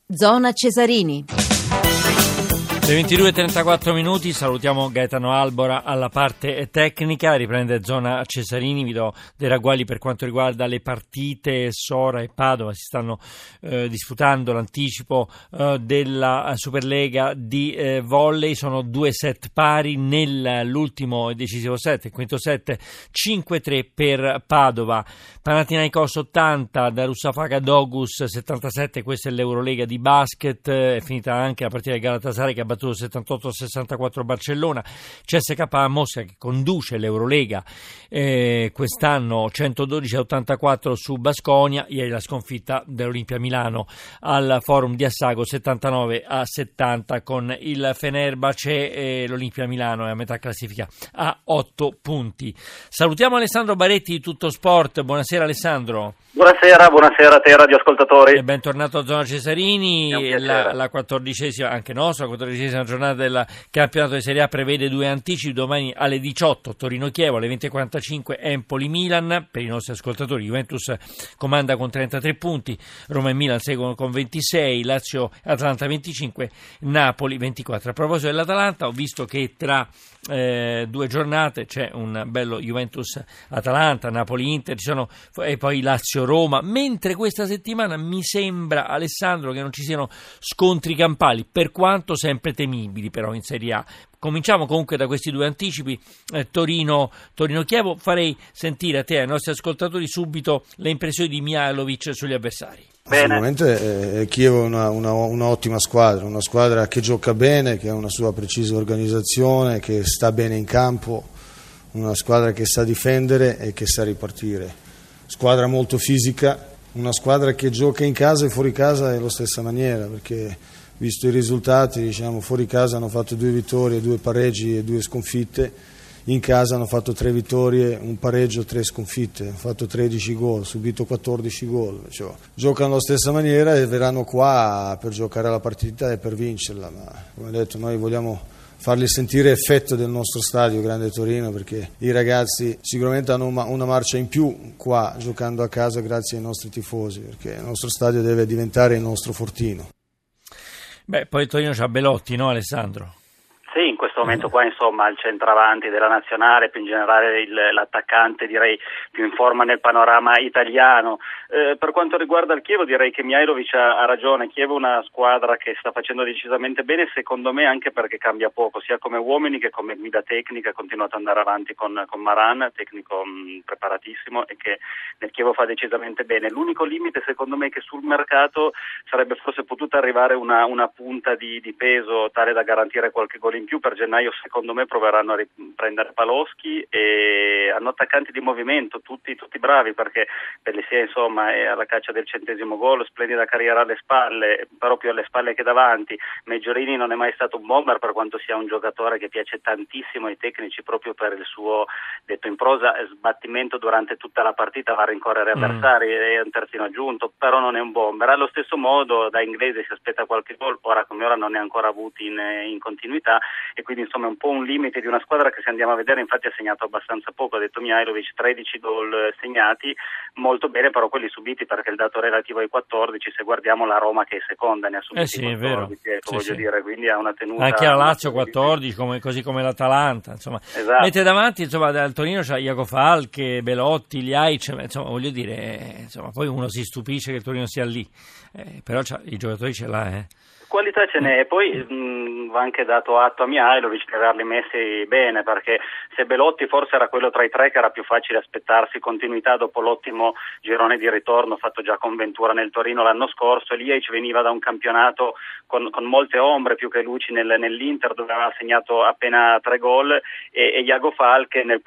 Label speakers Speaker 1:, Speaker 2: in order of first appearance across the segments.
Speaker 1: Zona Cesarini.
Speaker 2: Le 22:34 minuti, salutiamo Gaetano Albora alla parte tecnica, riprende Zona Cesarini, vi do dei ragguagli per quanto riguarda le partite. Sora e Padova si stanno disputando l'anticipo della Superlega di volley, sono 2 set pari nell'ultimo e decisivo set, il quinto set 5-3 per Padova. Panathinaikos 80, Darussafaga Dogus 77, questa è l'Eurolega di basket, è finita anche la partita del Galatasaray che ha battuto 78-64 Barcellona. CSKA Mosca che conduce l'Eurolega quest'anno 112-84 su Baskonia. Ieri la sconfitta dell'Olimpia Milano al Forum di Assago 79-70 con il Fenerbahce. L'Olimpia Milano è a metà classifica a 8 punti. Salutiamo Alessandro Baretti di Tutto Sport. Buonasera Alessandro.
Speaker 3: Buonasera a te radioascoltatori.
Speaker 2: E bentornato a Zona Cesarini. La 14esima, anche nostra, la 14esima giornata del campionato di Serie A prevede 2 anticipi. Domani alle 18 Torino-Chievo, alle 20:45 Empoli-Milan. Per i nostri ascoltatori, Juventus comanda con 33 punti, Roma e Milan seguono con 26, Lazio-Atalanta 25, Napoli 24. A proposito dell'Atalanta, ho visto che tra 2 giornate c'è un bello Juventus-Atalanta, Napoli-Inter, e poi Lazio-Roma, mentre questa settimana mi sembra, Alessandro, che non ci siano scontri campali, per quanto sempre temibili però in Serie A. Cominciamo comunque da questi 2 anticipi, Torino-Chievo. Farei sentire a te, ai nostri ascoltatori, subito le impressioni di Mihajlović sugli avversari.
Speaker 4: Sicuramente Chievo è una ottima squadra, una squadra che gioca bene, che ha una sua precisa organizzazione, che sta bene in campo, una squadra che sa difendere e che sa ripartire, squadra molto fisica, una squadra che gioca in casa e fuori casa alla stessa maniera, perché visto i risultati, diciamo, fuori casa hanno fatto 2 vittorie, 2 pareggi e 2 sconfitte. In casa hanno fatto 3 vittorie, un pareggio, 3 sconfitte, hanno fatto 13 gol, subito 14 gol. Cioè, giocano alla stessa maniera e verranno qua per giocare la partita e per vincerla. Ma come detto, noi vogliamo farli sentire effetto del nostro stadio Grande Torino, perché i ragazzi sicuramente hanno una marcia in più qua giocando a casa grazie ai nostri tifosi, perché il nostro stadio deve diventare il nostro fortino.
Speaker 2: Beh, poi Torino c'ha Belotti, no Alessandro?
Speaker 3: Sì, in questo momento qua insomma il centravanti della nazionale, più in generale l'attaccante direi più in forma nel panorama italiano. Per quanto riguarda il Chievo direi che Mihajlović ha ragione, Chievo è una squadra che sta facendo decisamente bene, secondo me anche perché cambia poco, sia come uomini che come guida tecnica, ha continuato ad andare avanti con Maran, tecnico preparatissimo e che nel Chievo fa decisamente bene. L'unico limite secondo me è che sul mercato sarebbe forse potuta arrivare una punta di peso tale da garantire qualche gol in più. Per gennaio secondo me proveranno a riprendere Paloschi e hanno attaccanti di movimento, tutti bravi, perché Pellissier insomma è alla caccia del 100° gol, splendida carriera alle spalle, però più alle spalle che davanti. Meggiorini non è mai stato un bomber, per quanto sia un giocatore che piace tantissimo ai tecnici proprio per il suo, detto in prosa, sbattimento durante tutta la partita, va a rincorrere avversari, è un terzino aggiunto, però non è un bomber. Allo stesso modo da inglese si aspetta qualche gol, ora come ora non ne ha ancora avuti in continuità, e quindi insomma è un po' un limite di una squadra che, se andiamo a vedere, infatti ha segnato abbastanza poco, ha detto Mihajlović, 13 gol segnati, molto bene, però quelli subiti, perché il dato relativo ai 14, se guardiamo la Roma che è seconda ne ha subiti 14, è vero. Voglio dire, quindi ha una tenuta.
Speaker 2: Anche la Lazio 14, così come l'Atalanta, insomma. Esatto. Mette davanti, insomma, dal Torino c'ha Iago Falche, Belotti, Ljajic, insomma, voglio dire, insomma, poi uno si stupisce che il Torino sia lì, però i giocatori ce l'ha,
Speaker 3: Qualità ce n'è, poi va anche dato atto a Mihajlović di averli messi bene, perché se Belotti forse era quello tra i 3 che era più facile aspettarsi continuità dopo l'ottimo girone di ritorno fatto già con Ventura nel Torino l'anno scorso. Ljajic veniva da un campionato con molte ombre più che luci nell'Inter, dove aveva segnato appena 3 gol, e Iago Falche nel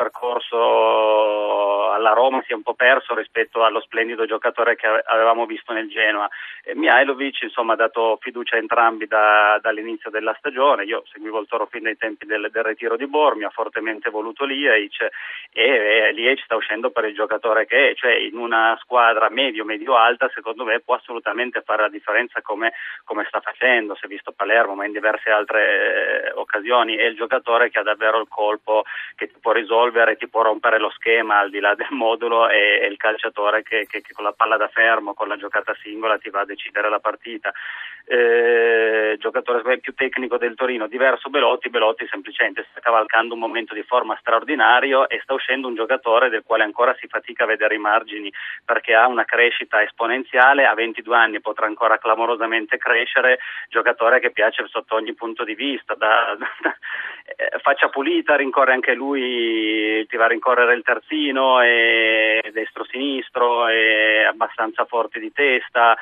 Speaker 3: percorso alla Roma si è un po' perso rispetto allo splendido giocatore che avevamo visto nel Genoa. Mihajlović insomma ha dato fiducia a entrambi dall'inizio della stagione. Io seguivo il Toro fin dai tempi del ritiro di Bormio, ha fortemente voluto Lieic e Lieic sta uscendo per il giocatore che è, cioè in una squadra medio-alta secondo me può assolutamente fare la differenza come sta facendo, si è visto Palermo ma in diverse altre occasioni, è il giocatore che ha davvero il colpo che ti può risolvere, ti può rompere lo schema al di là del modulo, è il calciatore che con la palla da fermo, con la giocata singola ti va a decidere la partita. Giocatore più tecnico del Torino, diverso Belotti semplicemente sta cavalcando un momento di forma straordinario e sta uscendo un giocatore del quale ancora si fatica a vedere i margini perché ha una crescita esponenziale, a 22 anni potrà ancora clamorosamente crescere, giocatore che piace sotto ogni punto di vista, faccia pulita, rincorre anche lui, ti va a rincorrere il terzino, è destro-sinistro, è abbastanza forte di testa,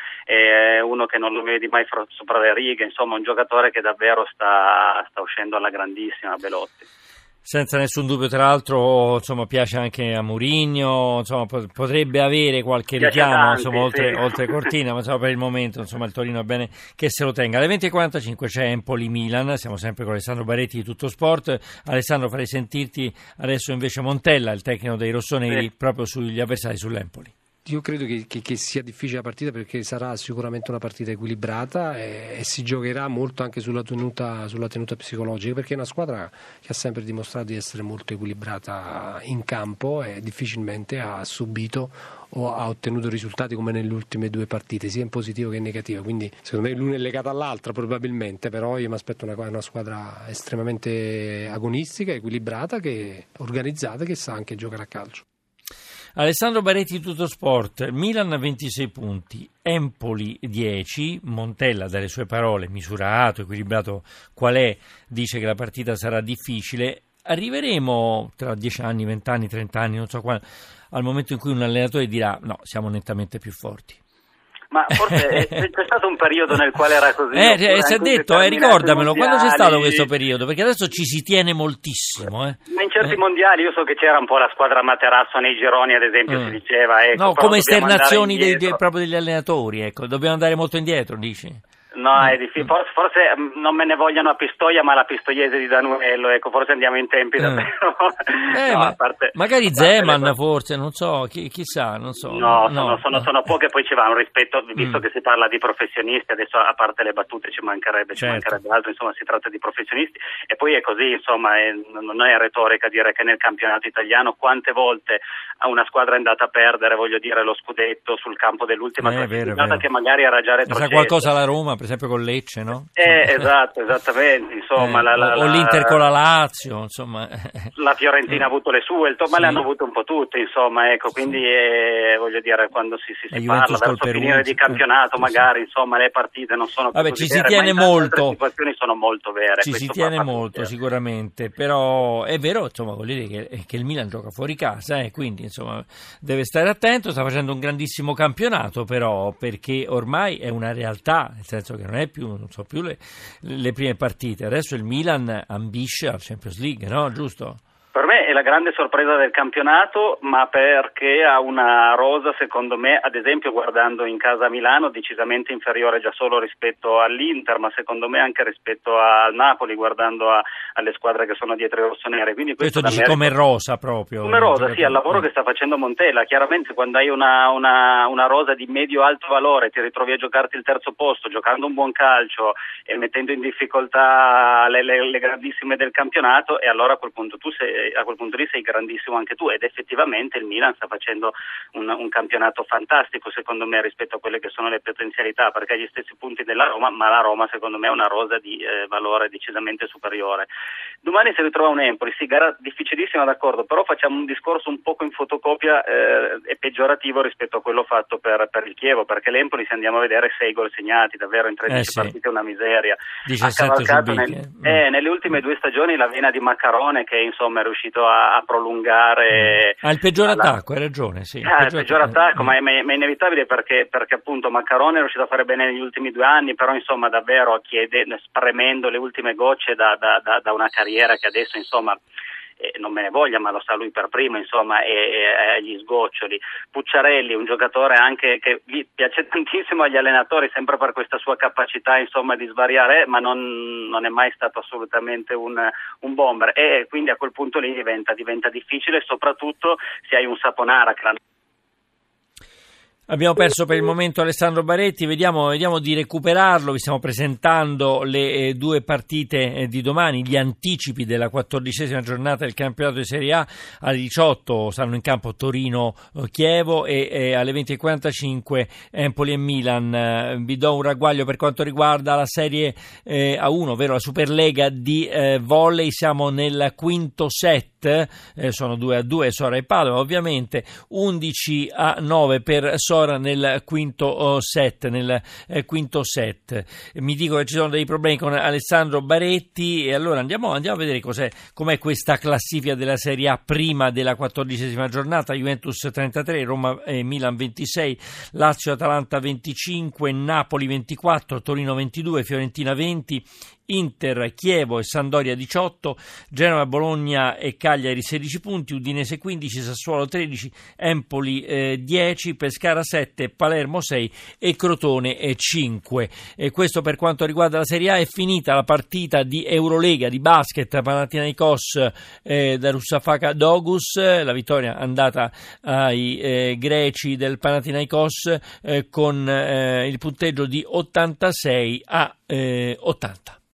Speaker 3: è uno che non lo vedi mai sopra le righe, insomma un giocatore che davvero sta uscendo alla grandissima, Belotti.
Speaker 2: Senza nessun dubbio, tra l'altro, insomma, piace anche a Mourinho, insomma, potrebbe avere qualche richiamo,
Speaker 3: tanti,
Speaker 2: insomma, oltre
Speaker 3: sì.
Speaker 2: Cortina, ma insomma, per il momento, insomma, il Torino è bene che se lo tenga. Alle 20:45 c'è Empoli-Milan, siamo sempre con Alessandro Baretti di Tutto Sport. Alessandro, farei sentirti adesso invece Montella, il tecnico dei rossoneri, proprio sugli avversari sull'Empoli.
Speaker 1: Io credo che sia difficile la partita perché sarà sicuramente una partita equilibrata e si giocherà molto anche sulla tenuta psicologica, perché è una squadra che ha sempre dimostrato di essere molto equilibrata in campo e difficilmente ha subito o ha ottenuto risultati come nelle ultime due partite, sia in positivo che in negativo, quindi secondo me l'una è legata all'altra probabilmente, però io mi aspetto una squadra estremamente agonistica, equilibrata, organizzata, che sa anche giocare a calcio.
Speaker 2: Alessandro Baretti di Tutto Sport. Milan 26 punti, Empoli 10, Montella dalle sue parole, misurato, equilibrato qual è, dice che la partita sarà difficile. Arriveremo tra 10 anni, 20 anni, 30 anni, non so quando, al momento in cui un allenatore dirà no, siamo nettamente più forti.
Speaker 3: Ma forse c'è stato un periodo nel quale era così.
Speaker 2: Si è detto, ricordamelo, quando c'è stato questo periodo? Perché adesso ci si tiene moltissimo.
Speaker 3: Ma in certi mondiali io so che c'era un po' la squadra Materasso nei gironi, ad esempio, si diceva. Ecco,
Speaker 2: no, come esternazioni proprio degli allenatori, ecco, dobbiamo andare molto indietro, dici?
Speaker 3: No, è difficile. Forse non me ne vogliano a Pistoia, ma la pistoiese di Danuello, ecco, forse andiamo in tempi davvero.
Speaker 2: A parte, magari Zeman, forse, non so, chissà, non so.
Speaker 3: Sono poche, poi ci va un rispetto, visto che si parla di professionisti, adesso a parte le battute ci mancherebbe altro, insomma si tratta di professionisti e poi è così, insomma, non è retorica dire che nel campionato italiano quante volte una squadra è andata a perdere, voglio dire, lo scudetto sul campo dell'ultima classificata che magari era già retrocessa.
Speaker 2: Sa qualcosa la Roma, per esempio con Lecce, no?
Speaker 3: Esatto, esattamente, insomma.
Speaker 2: O l'Inter con la Lazio, insomma.
Speaker 3: La Fiorentina ha avuto le sue, ma le hanno avute un po' tutte, insomma, ecco, quindi voglio dire, quando si parla verso finire di campionato, magari, insomma, le partite non sono più
Speaker 2: ci si tiene molto.
Speaker 3: Le situazioni sono molto vere.
Speaker 2: Ci si tiene molto, sicuramente, però è vero, insomma, voglio dire che il Milan gioca fuori casa, quindi, insomma, deve stare attento, sta facendo un grandissimo campionato, però, perché ormai è una realtà, nel senso che non so più le prime partite. Adesso il Milan ambisce al Champions League, no? Giusto?
Speaker 3: Per me è la grande sorpresa del campionato, ma perché ha una rosa, secondo me, ad esempio guardando in casa a Milano, decisamente inferiore già solo rispetto all'Inter, ma secondo me anche rispetto al Napoli, guardando alle squadre che sono dietro i rossoneri. Quindi
Speaker 2: questo dici come rosa proprio?
Speaker 3: Come rosa, sì, al lavoro che sta facendo Montella. Chiaramente quando hai una rosa di medio-alto valore, ti ritrovi a giocarti il terzo posto, giocando un buon calcio e mettendo in difficoltà le grandissime del campionato, e allora a quel punto lì sei grandissimo anche tu, ed effettivamente il Milan sta facendo un campionato fantastico secondo me rispetto a quelle che sono le potenzialità, perché ha gli stessi punti della Roma, ma la Roma secondo me è una rosa di valore decisamente superiore. Domani si ritrova un Empoli, sì, gara difficilissima, d'accordo, però facciamo un discorso un poco in fotocopia e peggiorativo rispetto a quello fatto per il Chievo, perché l'Empoli, se andiamo a vedere, 6 gol segnati, davvero in 13 partite è una miseria.
Speaker 2: 17
Speaker 3: ha cavalcato nelle ultime 2 stagioni la vena di Maccarone, che insomma è riuscito a prolungare.
Speaker 2: Il peggior attacco, hai ragione, sì.
Speaker 3: Il peggior attacco, ma è inevitabile perché appunto Maccarone è riuscito a fare bene negli ultimi 2 anni, però insomma davvero spremendo le ultime gocce da una carriera che adesso insomma non me ne voglia, ma lo sa lui per primo, insomma, è agli sgoccioli. Pucciarelli, un giocatore anche che piace tantissimo agli allenatori, sempre per questa sua capacità, insomma, di svariare, ma non è mai stato assolutamente un bomber, e quindi a quel punto lì diventa difficile, soprattutto se hai un Saponara che
Speaker 2: Abbiamo perso per il momento Alessandro Baretti, vediamo di recuperarlo. Vi stiamo presentando le due partite di domani, gli anticipi della 14ª giornata del campionato di Serie A. Alle 18 saranno in campo Torino-Chievo e alle 20:45 Empoli e Milan. Vi do un ragguaglio per quanto riguarda la Serie A1, ovvero la Superlega di volley. Siamo nel quinto set, sono 2-2 Sora e Padova ovviamente, 11-9 per Sora nel quinto set. Mi dico che ci sono dei problemi con Alessandro Baretti, e allora andiamo a vedere com'è questa classifica della Serie A prima della 14ª giornata. Juventus 33, Roma e Milan 26, Lazio Atalanta 25, Napoli 24, Torino 22, Fiorentina 20, Inter, Chievo e Sampdoria 18, Genova, Bologna e Cagliari 16 punti, Udinese 15, Sassuolo 13, Empoli 10, Pescara 7, Palermo 6 e Crotone 5. E questo per quanto riguarda la Serie A. È finita la partita di Eurolega di basket, Panathinaikos Darussafaka Dogus, la vittoria andata ai greci del Panathinaikos con il punteggio di 86-80.